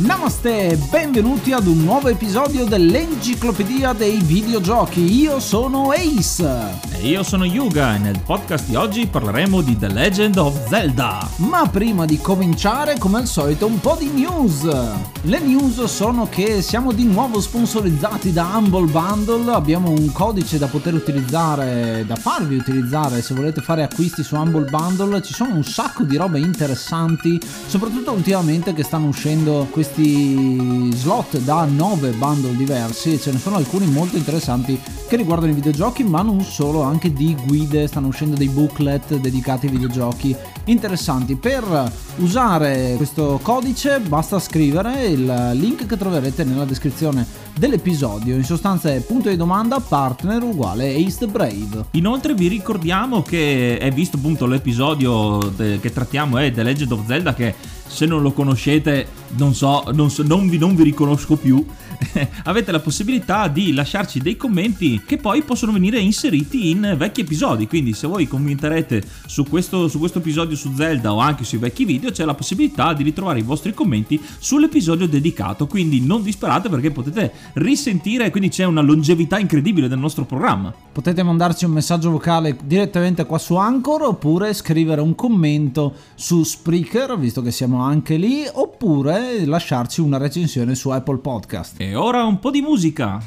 Namaste, benvenuti ad un nuovo episodio dell'Enciclopedia dei Videogiochi. Io sono Ace. E io sono Yuga e nel podcast di oggi parleremo di The Legend of Zelda. Ma prima di cominciare, come al solito, un po' di news. Le news sono che siamo di nuovo sponsorizzati da Humble Bundle. Abbiamo un codice da poter utilizzare, da farvi utilizzare se volete fare acquisti su Humble Bundle. Ci sono un sacco di robe interessanti, soprattutto ultimamente che stanno uscendo questi slot da 9 bundle diversi, e ce ne sono alcuni molto interessanti che riguardano i videogiochi, ma non solo, anche di guide. Stanno uscendo dei booklet dedicati ai videogiochi interessanti. Per usare questo codice basta scrivere il link che troverete nella descrizione dell'episodio. In sostanza è punto di domanda partner uguale Ace the Brave. Inoltre vi ricordiamo che è visto appunto l'episodio che trattiamo è The Legend of Zelda, che se non lo conoscete non vi riconosco più. Avete la possibilità di lasciarci dei commenti che poi possono venire inseriti in vecchi episodi, quindi se voi commenterete su questo episodio su Zelda o anche sui vecchi video, c'è la possibilità di ritrovare i vostri commenti sull'episodio dedicato, quindi non disperate perché potete risentire, quindi c'è una longevità incredibile del nostro programma. Potete mandarci un messaggio vocale direttamente qua su Anchor, oppure scrivere un commento su Spreaker, visto che siamo anche lì, oppure lasciarci una recensione su Apple Podcast. E ora un po' di musica.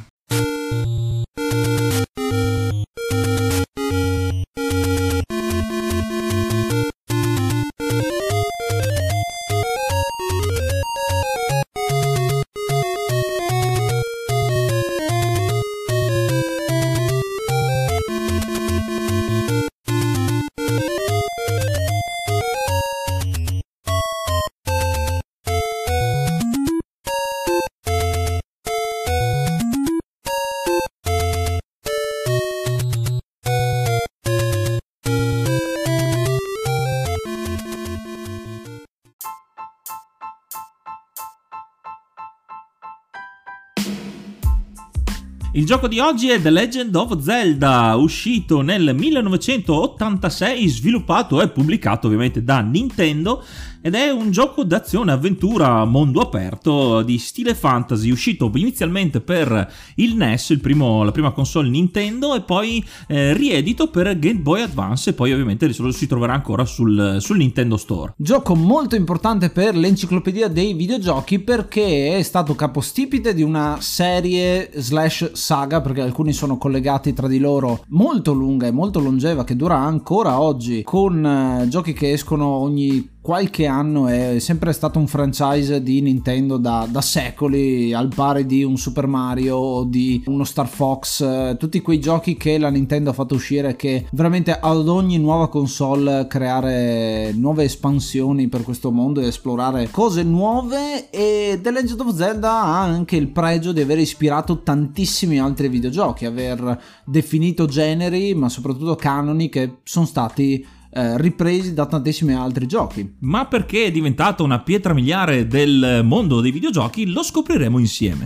Il gioco di oggi è The Legend of Zelda, uscito nel 1986, sviluppato e pubblicato ovviamente da Nintendo, ed è un gioco d'azione avventura mondo aperto di stile fantasy, uscito inizialmente per il NES, la prima console Nintendo, e poi riedito per Game Boy Advance, e poi ovviamente si troverà ancora sul Nintendo Store. Gioco molto importante per l'enciclopedia dei videogiochi, perché è stato capostipite di una serie / saga, perché alcuni sono collegati tra di loro, molto lunga e molto longeva, che dura ancora oggi, con giochi che escono ogni qualche anno. È sempre stato un franchise di Nintendo da secoli, al pari di un Super Mario o di uno Star Fox, tutti quei giochi che la Nintendo ha fatto uscire, che veramente ad ogni nuova console creare nuove espansioni per questo mondo e esplorare cose nuove. E The Legend of Zelda ha anche il pregio di aver ispirato tantissimi altri videogiochi, aver definito generi ma soprattutto canoni che sono stati ripresi da tantissimi altri giochi. Ma perché è diventata una pietra miliare del mondo dei videogiochi lo scopriremo insieme.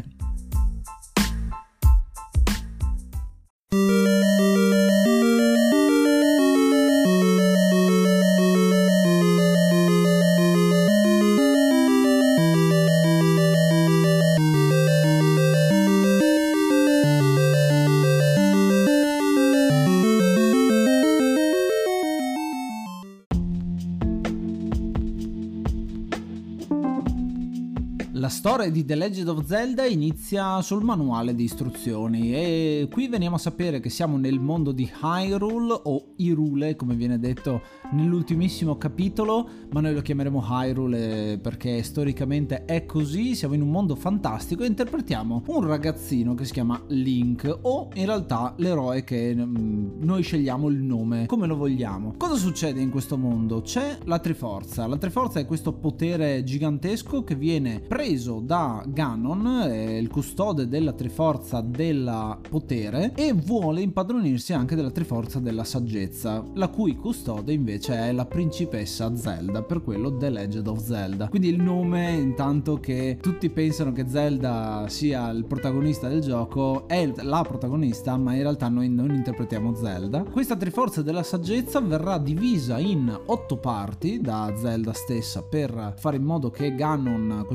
La storia di The Legend of Zelda inizia sul manuale di istruzioni, e qui veniamo a sapere che siamo nel mondo di Hyrule, o Hyrule come viene detto nell'ultimissimo capitolo, ma noi lo chiameremo Hyrule perché storicamente è così. Siamo in un mondo fantastico e interpretiamo un ragazzino che si chiama Link, o in realtà l'eroe che noi scegliamo il nome come lo vogliamo. Cosa succede in questo mondo? C'è la Triforza. La Triforza è questo potere gigantesco che viene preso da Ganon, il custode della Triforza della potere, e vuole impadronirsi anche della Triforza della saggezza, la cui custode invece è la principessa Zelda, per quello The Legend of Zelda. Quindi il nome, intanto che tutti pensano che Zelda sia il protagonista del gioco, è la protagonista, ma in realtà noi non interpretiamo Zelda. Questa Triforza della saggezza verrà divisa in 8 parti da Zelda stessa, per fare in modo che Ganon, questo cattivo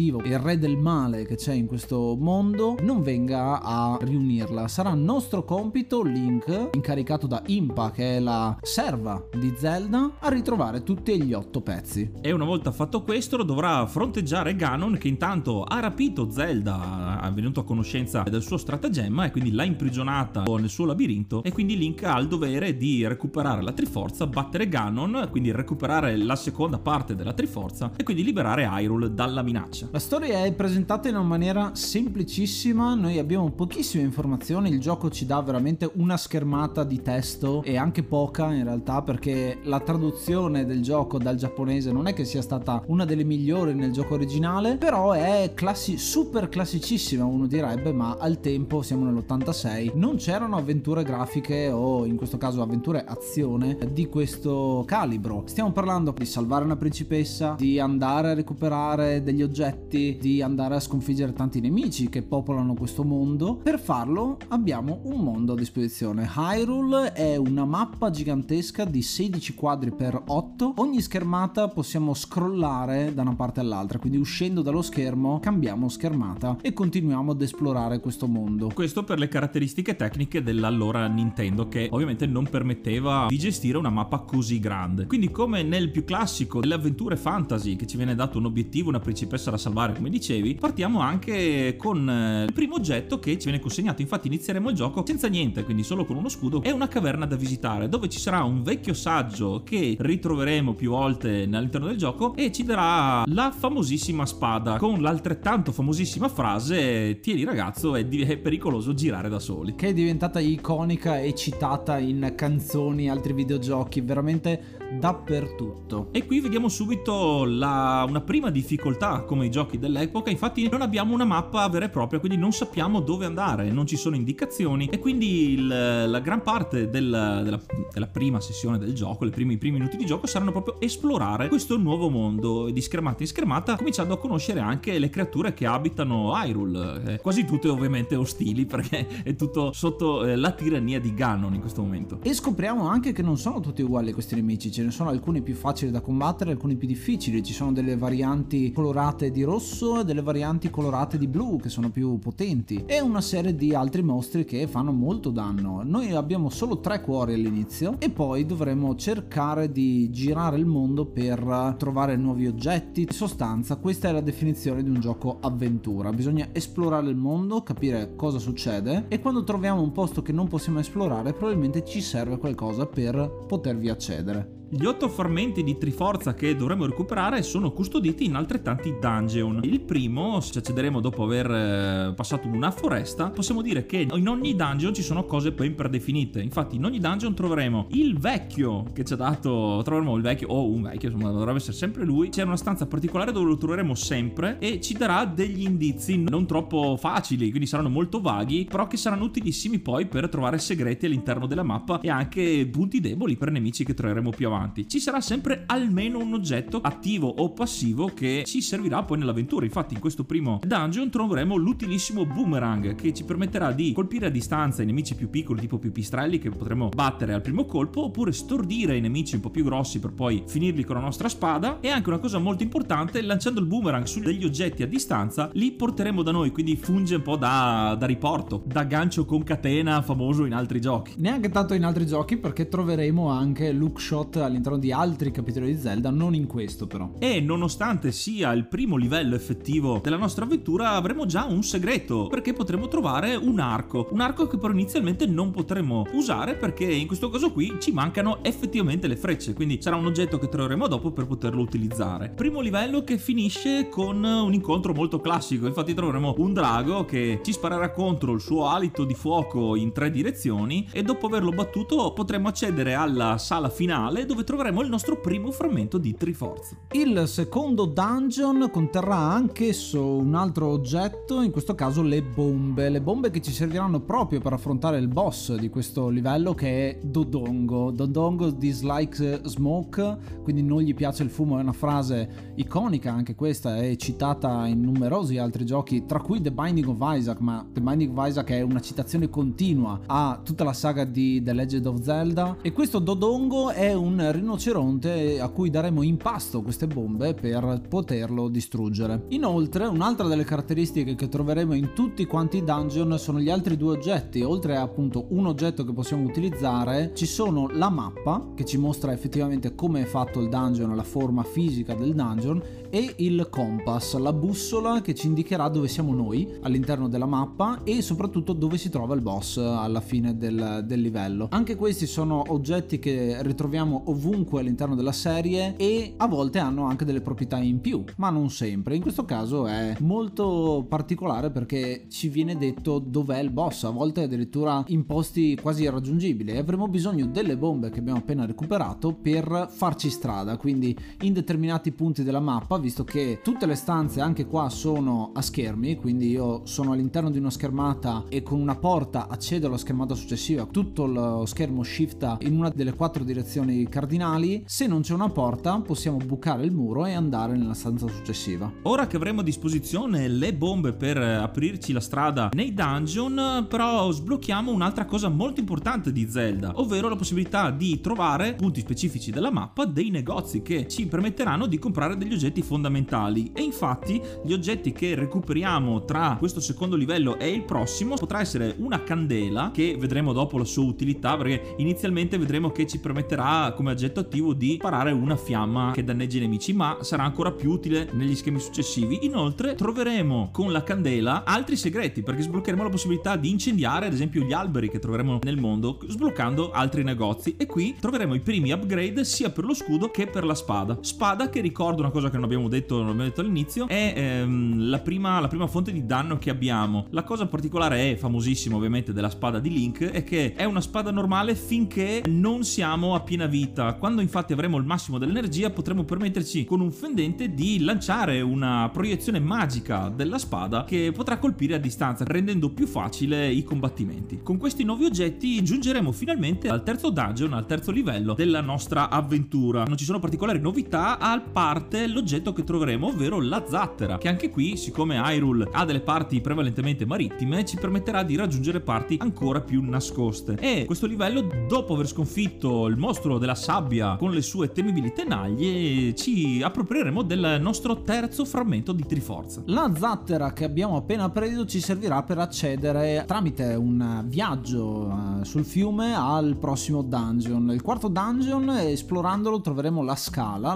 cattivo, il re del male che c'è in questo mondo, non venga a riunirla. Sarà nostro compito, Link, incaricato da Impa, che è la serva di Zelda, a ritrovare tutti gli 8 pezzi. E una volta fatto questo dovrà fronteggiare Ganon, che intanto ha rapito Zelda, è venuto a conoscenza del suo stratagemma e quindi l'ha imprigionata nel suo labirinto, e quindi Link ha il dovere di recuperare la Triforza, battere Ganon, quindi recuperare la seconda parte della Triforza e quindi liberare Hyrule dalla minaccia. La storia è presentata in una maniera semplicissima, noi abbiamo pochissime informazioni, il gioco ci dà veramente una schermata di testo e anche poca in realtà, perché la traduzione del gioco dal giapponese non è che sia stata una delle migliori nel gioco originale, però è super classicissima, uno direbbe, ma al tempo, siamo nell'86, non c'erano avventure grafiche o in questo caso avventure azione di questo calibro. Stiamo parlando di salvare una principessa, di andare a recuperare degli oggetti, di andare a sconfiggere tanti nemici che popolano questo mondo. Per farlo abbiamo un mondo a disposizione. Hyrule è una mappa gigantesca di 16 quadri per 8, ogni schermata possiamo scrollare da una parte all'altra, quindi uscendo dallo schermo cambiamo schermata e continuiamo ad esplorare questo mondo. Questo per le caratteristiche tecniche dell'allora Nintendo, che ovviamente non permetteva di gestire una mappa così grande. Quindi, come nel più classico delle avventure fantasy, che ci viene dato un obiettivo, una principessa da salvare, come dicevi, partiamo anche con il primo oggetto che ci viene consegnato. Infatti inizieremo il gioco senza niente, quindi solo con uno scudo e una caverna da visitare, dove ci sarà un vecchio saggio che ritroveremo più volte all'interno del gioco e ci darà la famosissima spada con l'altrettanto famosissima frase: tieni ragazzo, è pericoloso girare da soli, che è diventata iconica e citata in canzoni, altri videogiochi, veramente dappertutto. E qui vediamo subito una prima difficoltà come i giochi dell'epoca. Infatti non abbiamo una mappa vera e propria, quindi non sappiamo dove andare, non ci sono indicazioni, e quindi la gran parte della prima sessione del gioco, i primi minuti di gioco saranno proprio esplorare questo nuovo mondo, di schermata in schermata, cominciando a conoscere anche le creature che abitano Hyrule, quasi tutte ovviamente ostili, perché è tutto sotto la tirannia di Ganon in questo momento. E scopriamo anche che non sono tutti uguali questi nemici, ce ne sono alcuni più facili da combattere, alcuni più difficili, ci sono delle varianti colorate di rosso e delle varianti colorate di blu che sono più potenti, e una serie di altri mostri che fanno molto danno. Noi abbiamo solo 3 cuori all'inizio e poi dovremo cercare di girare il mondo per trovare nuovi oggetti. In sostanza questa è la definizione di un gioco avventura, bisogna esplorare il mondo, capire cosa succede, e quando troviamo un posto che non possiamo esplorare probabilmente ci serve qualcosa per potervi accedere. Gli 8 frammenti di Triforza che dovremo recuperare sono custoditi in altrettanti dungeon. Il primo, se accederemo dopo aver passato una foresta, possiamo dire che in ogni dungeon ci sono cose ben predefinite. Infatti in ogni dungeon troveremo il vecchio che ci ha dato, troveremo il vecchio o un vecchio, insomma dovrebbe essere sempre lui. C'è una stanza particolare dove lo troveremo sempre e ci darà degli indizi non troppo facili, quindi saranno molto vaghi, però che saranno utilissimi poi per trovare segreti all'interno della mappa e anche punti deboli per nemici che troveremo più avanti. Ci sarà sempre almeno un oggetto attivo o passivo che ci servirà poi nell'avventura. Infatti in questo primo dungeon troveremo l'utilissimo boomerang, che ci permetterà di colpire a distanza i nemici più piccoli, tipo pipistrelli, che potremo battere al primo colpo, oppure stordire i nemici un po' più grossi per poi finirli con la nostra spada. E anche una cosa molto importante, lanciando il boomerang su degli oggetti a distanza li porteremo da noi, quindi funge un po' da riporto, da gancio con catena famoso in altri giochi. Neanche tanto in altri giochi, perché troveremo anche lookshot all'interno di altri capitoli di Zelda, non in questo però. E nonostante sia il primo livello effettivo della nostra avventura, avremo già un segreto, perché potremo trovare un arco che però inizialmente non potremo usare, perché in questo caso qui ci mancano effettivamente le frecce, quindi sarà un oggetto che troveremo dopo per poterlo utilizzare. Primo livello che finisce con un incontro molto classico. Infatti troveremo un drago che ci sparerà contro il suo alito di fuoco in 3 direzioni, e dopo averlo battuto potremo accedere alla sala finale, dove troveremo il nostro primo frammento di Triforza. Il secondo dungeon conterrà anch'esso un altro oggetto, in questo caso le bombe che ci serviranno proprio per affrontare il boss di questo livello, che è Dodongo. Dodongo dislikes smoke, quindi non gli piace il fumo, è una frase iconica anche questa, è citata in numerosi altri giochi, tra cui The Binding of Isaac, ma The Binding of Isaac è una citazione continua a tutta la saga di The Legend of Zelda. E questo Dodongo è un rinoceronte a cui daremo in pasto queste bombe per poterlo distruggere. Inoltre, un'altra delle caratteristiche che troveremo in tutti quanti i dungeon sono gli altri due oggetti. Oltre a appunto un oggetto che possiamo utilizzare, ci sono la mappa che ci mostra effettivamente come è fatto il dungeon, la forma fisica del dungeon, e il compass, la bussola che ci indicherà dove siamo noi all'interno della mappa e soprattutto dove si trova il boss alla fine del livello. Anche questi sono oggetti che ritroviamo ovunque all'interno della serie e a volte hanno anche delle proprietà in più, ma non sempre. In questo caso è molto particolare perché ci viene detto dov'è il boss, a volte addirittura in posti quasi irraggiungibili, e avremo bisogno delle bombe che abbiamo appena recuperato per farci strada, quindi in determinati punti della mappa, visto che tutte le stanze anche qua sono a schermi, quindi io sono all'interno di una schermata e con una porta accedo alla schermata successiva, tutto lo schermo shifta in una delle 4 direzioni cardinali. Se non c'è una porta possiamo bucare il muro e andare nella stanza successiva. Ora che avremo a disposizione le bombe per aprirci la strada nei dungeon, però sblocchiamo un'altra cosa molto importante di Zelda, ovvero la possibilità di trovare punti specifici della mappa dei negozi che ci permetteranno di comprare degli oggetti fondamentali. E infatti gli oggetti che recuperiamo tra questo secondo livello e il prossimo potrà essere una candela, che vedremo dopo la sua utilità, perché inizialmente vedremo che ci permetterà come oggetto attivo di sparare una fiamma che danneggia i nemici, ma sarà ancora più utile negli schemi successivi. Inoltre troveremo con la candela altri segreti, perché sbloccheremo la possibilità di incendiare ad esempio gli alberi che troveremo nel mondo sbloccando altri negozi, e qui troveremo i primi upgrade sia per lo scudo che per la spada che, ricordo una cosa che non abbiamo detto all'inizio, è la prima fonte di danno che abbiamo. La cosa particolare è famosissima ovviamente della spada di Link è che è una spada normale finché non siamo a piena vita. Quando infatti avremo il massimo dell'energia potremo permetterci con un fendente di lanciare una proiezione magica della spada che potrà colpire a distanza, rendendo più facile i combattimenti. Con questi nuovi oggetti giungeremo finalmente al terzo dungeon, al terzo livello della nostra avventura. Non ci sono particolari novità, a parte l'oggetto che troveremo, ovvero la zattera, che anche qui, siccome Hyrule ha delle parti prevalentemente marittime, ci permetterà di raggiungere parti ancora più nascoste. E questo livello, dopo aver sconfitto il mostro della sabbia con le sue temibili tenaglie, ci approprieremo del nostro terzo frammento di Triforza. La zattera che abbiamo appena preso ci servirà per accedere tramite un viaggio sul fiume al prossimo dungeon. Il quarto dungeon, esplorandolo troveremo la scala,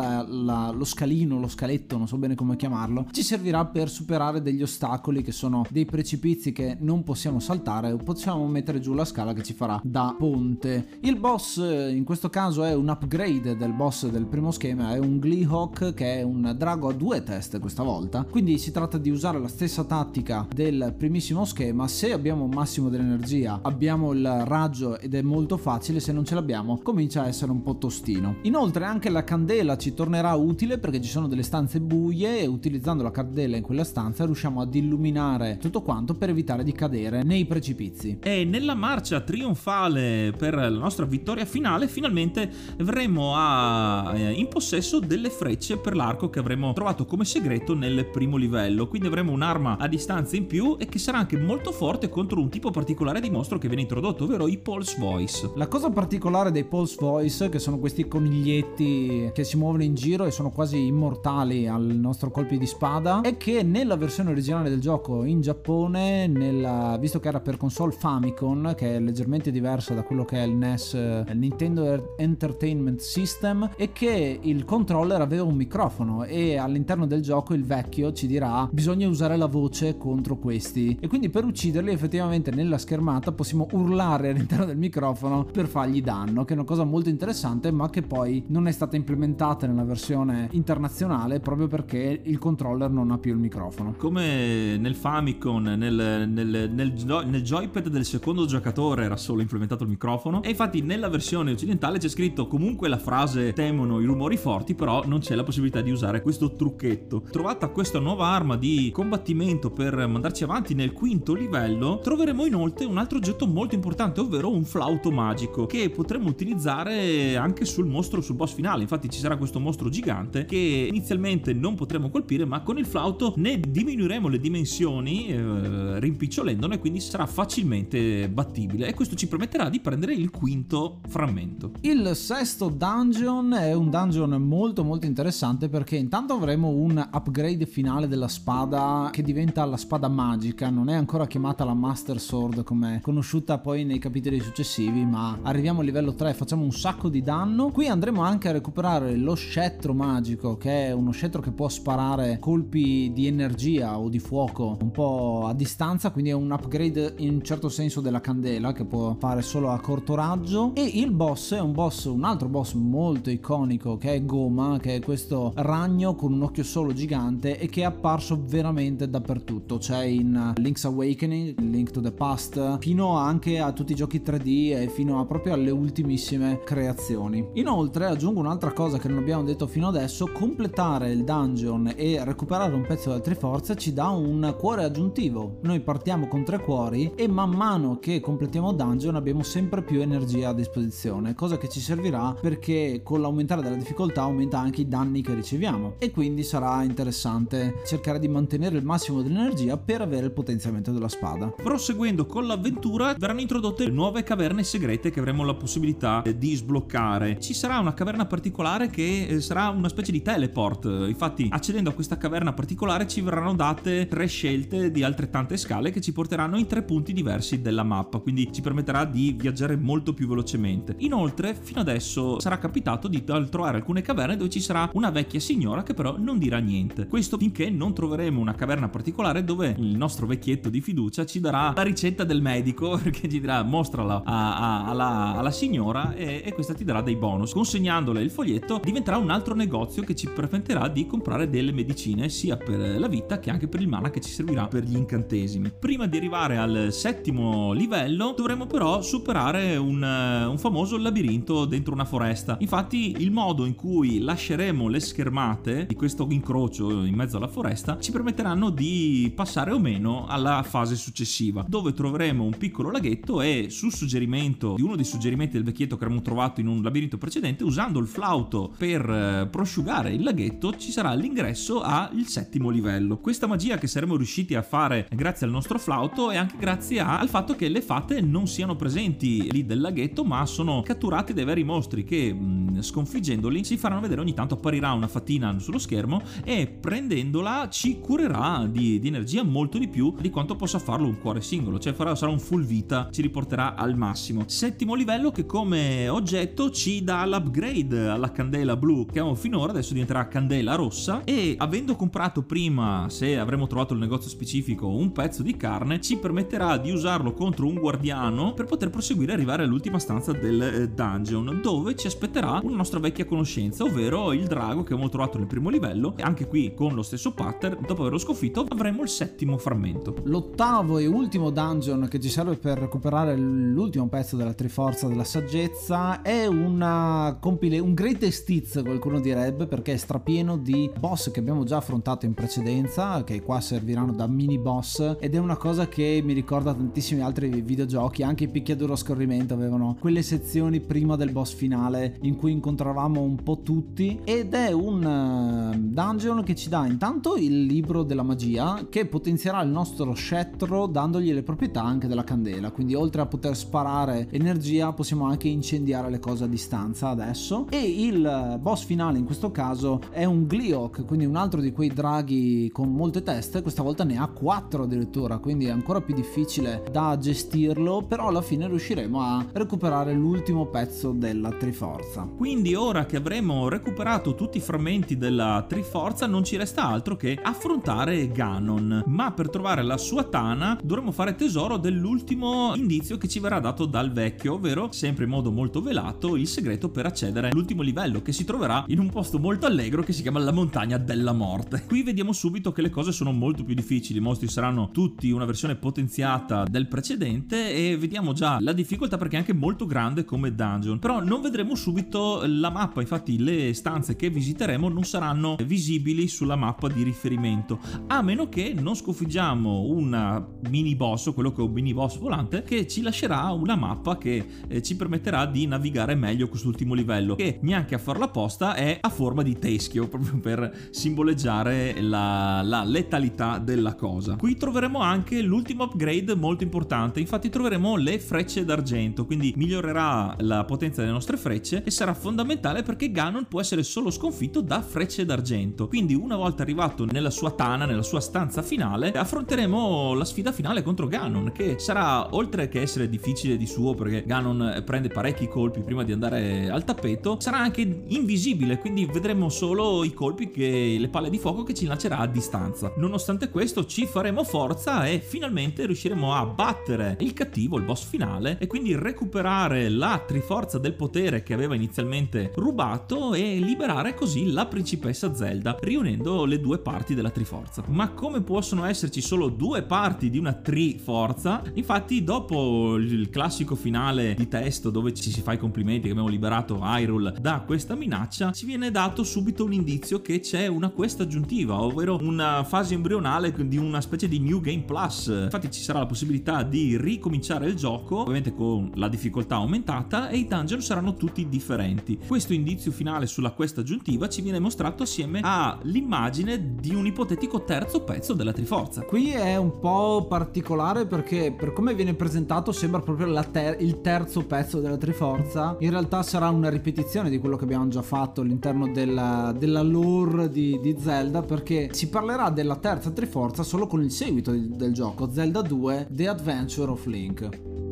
lo scalino, lo scaletto, non so bene come chiamarlo, ci servirà per superare degli ostacoli che sono dei precipizi che non possiamo saltare, o possiamo mettere giù la scala che ci farà da ponte. Il boss in questo caso è un upgrade del boss del primo schema, è un Gleehawk che è un drago a 2 teste questa volta, quindi si tratta di usare la stessa tattica del primissimo schema. Se abbiamo un massimo dell'energia abbiamo il raggio ed è molto facile, se non ce l'abbiamo comincia a essere un po' tostino. Inoltre anche la candela ci tornerà utile perché ci sono delle stanze buie e utilizzando la candela in quella stanza riusciamo ad illuminare tutto quanto per evitare di cadere nei precipizi. E nella marcia trionfale per la nostra vittoria finale finalmente verremo in possesso delle frecce per l'arco che avremo trovato come segreto nel primo livello, quindi avremo un'arma a distanza in più e che sarà anche molto forte contro un tipo particolare di mostro che viene introdotto, ovvero i Pulse Voice. La cosa particolare dei Pulse Voice, che sono questi coniglietti che si muovono in giro e sono quasi immortali al nostro colpi di spada, è che nella versione originale del gioco in Giappone, visto che era per console Famicom, che è leggermente diversa da quello che è il NES, il Nintendo Entertainment System, è che il controller aveva un microfono e all'interno del gioco il vecchio ci dirà bisogna usare la voce contro questi, e quindi per ucciderli effettivamente nella schermata possiamo urlare all'interno del microfono per fargli danno, che è una cosa molto interessante ma che poi non è stata implementata nella versione internazionale proprio perché il controller non ha più il microfono. Come nel Famicom, nel joypad del secondo giocatore era solo implementato il microfono, e infatti nella versione occidentale c'è scritto comunque la frase temono i rumori forti, però non c'è la possibilità di usare questo trucchetto. Trovata questa nuova arma di combattimento per mandarci avanti nel quinto livello, troveremo inoltre un altro oggetto molto importante, ovvero un flauto magico che potremo utilizzare anche sul boss finale. Infatti ci sarà questo mostro gigante che inizialmente non potremo colpire, ma con il flauto ne diminuiremo le dimensioni rimpicciolendolo, e quindi sarà facilmente battibile, e questo ci permetterà di prendere il quinto frammento. Il Il sesto dungeon è un dungeon molto molto interessante, perché intanto avremo un upgrade finale della spada che diventa la spada magica. Non è ancora chiamata la Master Sword come conosciuta poi nei capitoli successivi, ma arriviamo al livello 3, facciamo un sacco di danno. Qui andremo anche a recuperare lo scettro magico, che è uno scettro che può sparare colpi di energia o di fuoco un po' a distanza, quindi è un upgrade in un certo senso della candela, che può fare solo a corto raggio. E il boss è un altro boss molto iconico, che è Goma, che è questo ragno con un occhio solo gigante e che è apparso veramente dappertutto. C'è in Link's Awakening, Link to the Past, fino anche a tutti i giochi 3D e fino a proprio alle ultimissime creazioni. Inoltre aggiungo un'altra cosa che non abbiamo detto fino adesso: completare il dungeon e recuperare un pezzo della Triforza ci dà un cuore aggiuntivo. Noi partiamo con 3 cuori e man mano che completiamo il dungeon abbiamo sempre più energia a disposizione, cosa che ci servirà perché con l'aumentare della difficoltà aumenta anche i danni che riceviamo, e quindi sarà interessante cercare di mantenere il massimo dell'energia per avere il potenziamento della spada. Proseguendo con l'avventura verranno introdotte nuove caverne segrete che avremo la possibilità di sbloccare. Ci sarà una caverna particolare che sarà una specie di teleport. Infatti, accedendo a questa caverna particolare ci verranno date 3 scelte di altrettante scale che ci porteranno in 3 punti diversi della mappa, quindi ci permetterà di viaggiare molto più velocemente. Inoltre, fino adesso sarà capitato di trovare alcune caverne dove ci sarà una vecchia signora che però non dirà niente. Questo finché non troveremo una caverna particolare dove il nostro vecchietto di fiducia ci darà la ricetta del medico, perché ci dirà mostrala alla signora e questa ti darà dei bonus. Consegnandole il foglietto diventerà un altro negozio che ci permetterà di comprare delle medicine sia per la vita che anche per il mana che ci servirà per gli incantesimi. Prima di arrivare al 7° livello dovremo però superare un famoso labirinto dentro una foresta. Infatti il modo in cui lasceremo le schermate di questo incrocio in mezzo alla foresta ci permetteranno di passare o meno alla fase successiva, dove troveremo un piccolo laghetto e su suggerimento di uno dei suggerimenti del vecchietto che abbiamo trovato in un labirinto precedente, usando il flauto per prosciugare il laghetto ci sarà l'ingresso al 7° livello. Questa magia che saremo riusciti a fare grazie al nostro flauto è anche grazie al fatto che le fate non siano presenti lì del laghetto, ma sono catturati dai veri mostri che sconfiggendoli si faranno vedere. Ogni tanto apparirà una fatina sullo schermo e prendendola ci curerà di energia molto di più di quanto possa farlo un cuore singolo, cioè sarà un full vita, ci riporterà al massimo. 7° livello che come oggetto ci dà l'upgrade alla candela blu che avevamo finora, adesso diventerà candela rossa, e avendo comprato prima, se avremo trovato il negozio specifico, un pezzo di carne, ci permetterà di usarlo contro un guardiano per poter proseguire e arrivare all'ultima stanza del dungeon, dove ci aspetterà una nostra vecchia conoscenza, ovvero il drago che abbiamo trovato nel 1° livello, e anche qui con lo stesso pattern. Dopo averlo sconfitto avremo il 7° frammento. L'8° e ultimo dungeon che ci serve per recuperare l'ultimo pezzo della Triforza della Saggezza è un greatest hits, qualcuno direbbe, perché è strapieno di boss che abbiamo già affrontato in precedenza, che qua serviranno da mini boss, ed è una cosa che mi ricorda tantissimi altri videogiochi. Anche i picchiaduro a scorrimento avevano quelle sezioni prima del boss finale in cui incontravamo un po' tutti, ed è un dungeon che ci dà intanto il libro della magia che potenzierà il nostro scettro dandogli le proprietà anche della candela, quindi oltre a poter sparare energia possiamo anche incendiare le cose a distanza adesso. E il boss finale in questo caso è un Gleeok, quindi un altro di quei draghi con molte teste, questa volta ne ha 4 addirittura, quindi è ancora più difficile da gestirlo, però alla fine riusciremo a recuperare l'ultimo pezzo della Triforza. Quindi ora che avremo recuperato tutti i frammenti della Triforza non ci resta altro che affrontare Ganon, ma per trovare la sua tana dovremo fare tesoro dell'ultimo indizio che ci verrà dato dal vecchio, ovvero, sempre in modo molto velato, il segreto per accedere all'ultimo livello, che si troverà in un posto molto allegro che si chiama la montagna della morte. Qui vediamo subito che le cose sono molto più difficili, i mostri saranno tutti una versione potenziata del precedente e vediamo già la difficoltà perché è anche molto grande come dungeon. Però non vedremo subito la mappa, infatti le stanze che visiteremo non saranno visibili sulla mappa di riferimento, a meno che non sconfiggiamo una mini boss, quello che è un mini boss volante, che ci lascerà una mappa che ci permetterà di navigare meglio quest'ultimo livello, che neanche a farla apposta è a forma di teschio, proprio per simboleggiare la letalità della cosa. Qui troveremo anche l'ultimo upgrade molto importante, infatti troveremo le frecce d'argento, quindi migliorerà la potenza potenza delle nostre frecce, e sarà fondamentale perché Ganon può essere solo sconfitto da frecce d'argento. Quindi una volta arrivato nella sua tana, nella sua stanza finale, affronteremo la sfida finale contro Ganon, che sarà, oltre che essere difficile di suo perché Ganon prende parecchi colpi prima di andare al tappeto, sarà anche invisibile, quindi vedremo solo i colpi, che le palle di fuoco che ci lancerà a distanza. Nonostante questo ci faremo forza e finalmente riusciremo a battere il cattivo, il boss finale, e quindi recuperare la triforza del potere che aveva inizialmente rubato e liberare così la principessa Zelda, riunendo le due parti della triforza. Ma come possono esserci solo due parti di una triforza? Infatti, dopo il classico finale di testo dove ci si fa i complimenti che abbiamo liberato Hyrule da questa minaccia, ci viene dato subito un indizio che c'è una quest aggiuntiva, ovvero una fase embrionale di una specie di New Game Plus. Infatti ci sarà la possibilità di ricominciare il gioco, ovviamente con la difficoltà aumentata, e i dungeon saranno tutti differenti. Questo indizio finale sulla quest aggiuntiva ci viene mostrato assieme all'immagine di un ipotetico terzo pezzo della triforza. Qui è un po' particolare perché, per come viene presentato, sembra proprio il terzo pezzo della triforza. In realtà sarà una ripetizione di quello che abbiamo già fatto all'interno della lore di Zelda, perché si parlerà della terza triforza solo con il seguito del gioco, Zelda 2 The Adventure of Link.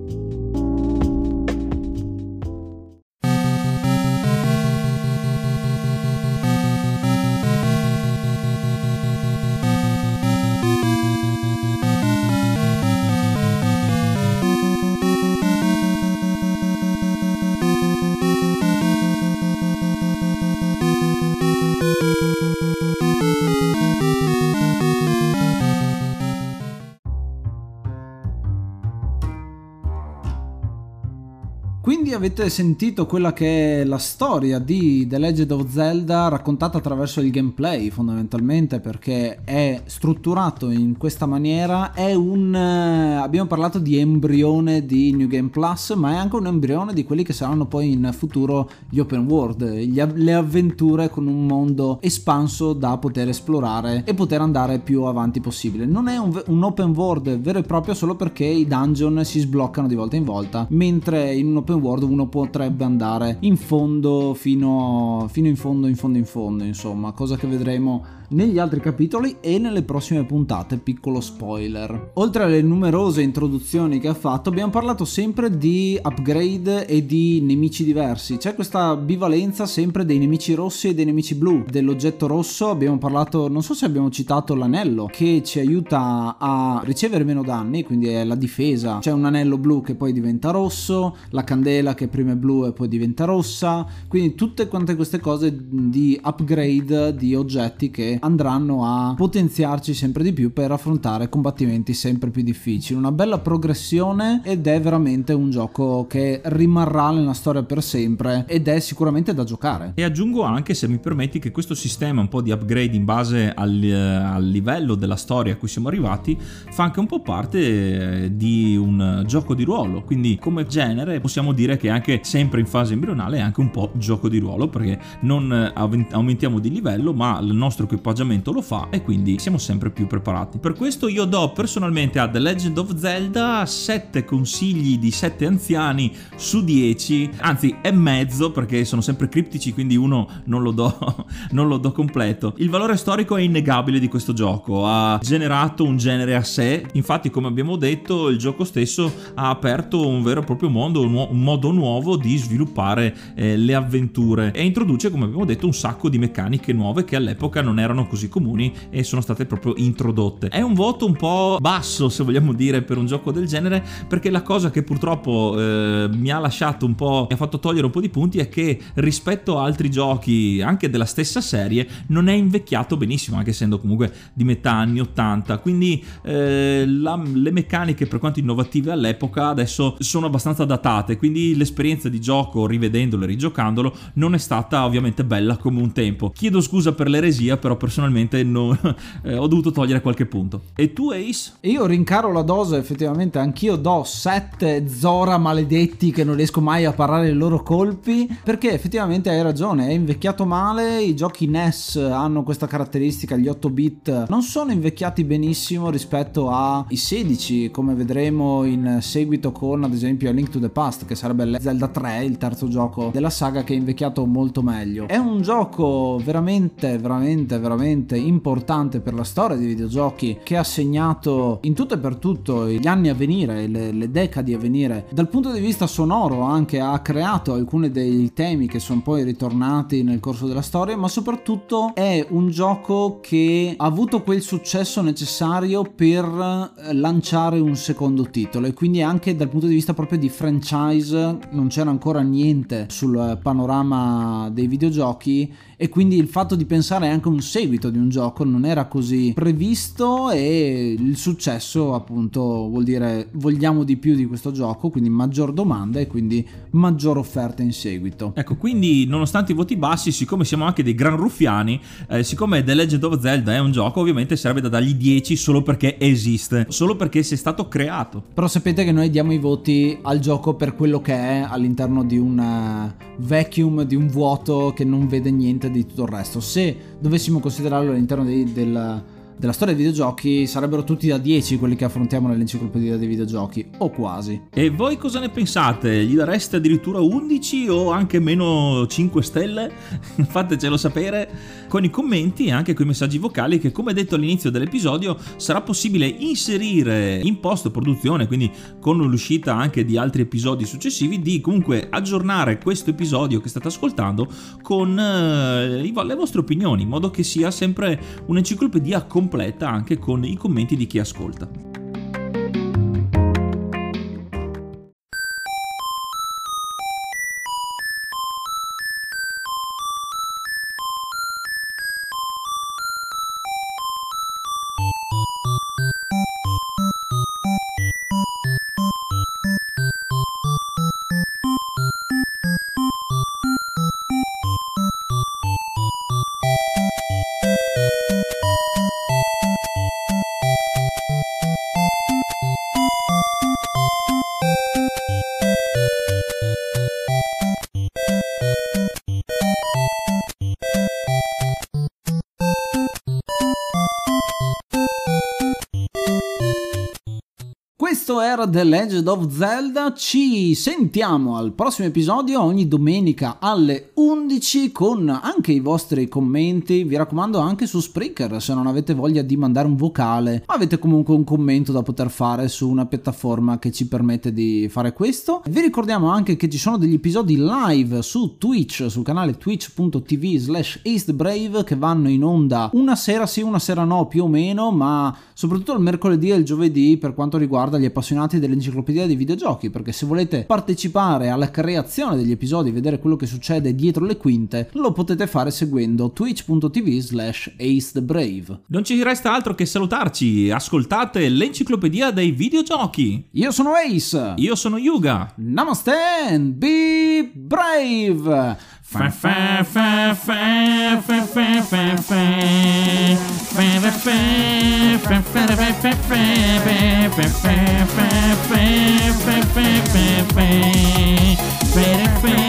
Quindi avete sentito quella che è la storia di The Legend of Zelda raccontata attraverso il gameplay, fondamentalmente, perché è strutturato in questa maniera. È abbiamo parlato di embrione di New Game Plus, ma è anche un embrione di quelli che saranno poi in futuro gli open world, le avventure con un mondo espanso da poter esplorare e poter andare più avanti possibile. Non è un open world vero e proprio solo perché i dungeon si sbloccano di volta in volta, mentre in un open world uno potrebbe andare in fondo fino in fondo, insomma, cosa che vedremo negli altri capitoli e nelle prossime puntate. Piccolo spoiler. Oltre alle numerose introduzioni che ha fatto, abbiamo parlato sempre di upgrade e di nemici diversi. C'è questa bivalenza sempre dei nemici rossi e dei nemici blu. Dell'oggetto rosso abbiamo parlato, non so se abbiamo citato l'anello, che ci aiuta a ricevere meno danni, quindi è la difesa. C'è un anello blu che poi diventa rosso, la candela che prima è blu e poi diventa rossa, quindi tutte quante queste cose di upgrade di oggetti che andranno a potenziarci sempre di più per affrontare combattimenti sempre più difficili. Una bella progressione, ed è veramente un gioco che rimarrà nella storia per sempre ed è sicuramente da giocare. E aggiungo anche, se mi permetti, che questo sistema un po' di upgrade in base al livello della storia a cui siamo arrivati fa anche un po' parte di un gioco di ruolo, quindi come genere possiamo dire che anche sempre in fase embrionale è anche un po' gioco di ruolo, perché non aumentiamo di livello ma il nostro equipaggiamento lo fa e quindi siamo sempre più preparati. Per questo io do personalmente a The Legend of Zelda 7 consigli di 7 anziani su 10, anzi è mezzo perché sono sempre criptici, quindi uno non lo do completo. Il valore storico è innegabile di questo gioco, ha generato un genere a sé, infatti come abbiamo detto il gioco stesso ha aperto un vero e proprio mondo, un modo nuovo di sviluppare le avventure, e introduce, come abbiamo detto, un sacco di meccaniche nuove che all'epoca non erano così comuni e sono state proprio introdotte. È un voto un po' basso, se vogliamo dire, per un gioco del genere, perché la cosa che purtroppo mi ha lasciato un po', mi ha fatto togliere un po' di punti, è che rispetto a altri giochi anche della stessa serie non è invecchiato benissimo, anche essendo comunque di metà anni 80, quindi le meccaniche, per quanto innovative all'epoca, adesso sono abbastanza datate, quindi l'esperienza di gioco, rivedendolo e rigiocandolo, non è stata ovviamente bella come un tempo. Chiedo scusa per l'eresia, però personalmente ho dovuto togliere qualche punto. E tu, Ace? Io rincaro la dose, effettivamente anch'io do 7 Zora maledetti che non riesco mai a parare i loro colpi, perché effettivamente hai ragione, è invecchiato male. I giochi NES hanno questa caratteristica, gli 8 bit non sono invecchiati benissimo rispetto ai 16, come vedremo in seguito con ad esempio A Link to the Past, che sarebbe Zelda 3, il terzo gioco della saga, che è invecchiato molto meglio. È un gioco veramente importante per la storia dei videogiochi, che ha segnato in tutto e per tutto gli anni a venire, le decadi a venire. Dal punto di vista sonoro anche ha creato alcuni dei temi che sono poi ritornati nel corso della storia, ma soprattutto è un gioco che ha avuto quel successo necessario per lanciare un secondo titolo, e quindi anche dal punto di vista proprio di franchise non c'era ancora niente sul panorama dei videogiochi, e quindi il fatto di pensare anche a un seguito di un gioco non era così previsto, e il successo appunto vuol dire vogliamo di più di questo gioco, quindi maggior domanda e quindi maggior offerta in seguito. Ecco, quindi nonostante i voti bassi, siccome siamo anche dei gran ruffiani, siccome The Legend of Zelda è un gioco, ovviamente sarebbe da dargli 10 solo perché esiste, solo perché si è stato creato. Però sapete che noi diamo i voti al gioco per quello che è all'interno di un vacuum, di un vuoto che non vede niente di tutto il resto. Se dovessimo considerarlo all'interno della storia dei videogiochi, sarebbero tutti da 10 quelli che affrontiamo nell'enciclopedia dei videogiochi, o quasi. E voi cosa ne pensate? Gli dareste addirittura 11 o anche meno 5 stelle? Fatecelo sapere con i commenti e anche con i messaggi vocali, che come detto all'inizio dell'episodio sarà possibile inserire in post produzione, quindi con l'uscita anche di altri episodi successivi, di comunque aggiornare questo episodio che state ascoltando con le vostre opinioni, in modo che sia sempre un'enciclopedia completa anche con i commenti di chi ascolta. Questo era The Legend of Zelda. Ci sentiamo al prossimo episodio ogni domenica alle 11 con anche i vostri commenti. Vi raccomando, anche su Spreaker, se non avete voglia di mandare un vocale, avete comunque un commento da poter fare su una piattaforma che ci permette di fare questo. Vi ricordiamo anche che ci sono degli episodi live su Twitch, sul canale twitch.tv/acethebrave, che vanno in onda una sera sì, una sera no, più o meno, ma soprattutto il mercoledì e il giovedì per quanto riguarda gli appassionati dell'enciclopedia dei videogiochi, perché se volete partecipare alla creazione degli episodi, vedere quello che succede dietro le quinte, lo potete fare seguendo twitch.tv/acethebrave. Non ci resta altro che salutarci. Ascoltate l'enciclopedia dei videogiochi. Io sono Ace. Io sono Yuga. Namaste and be brave. Fe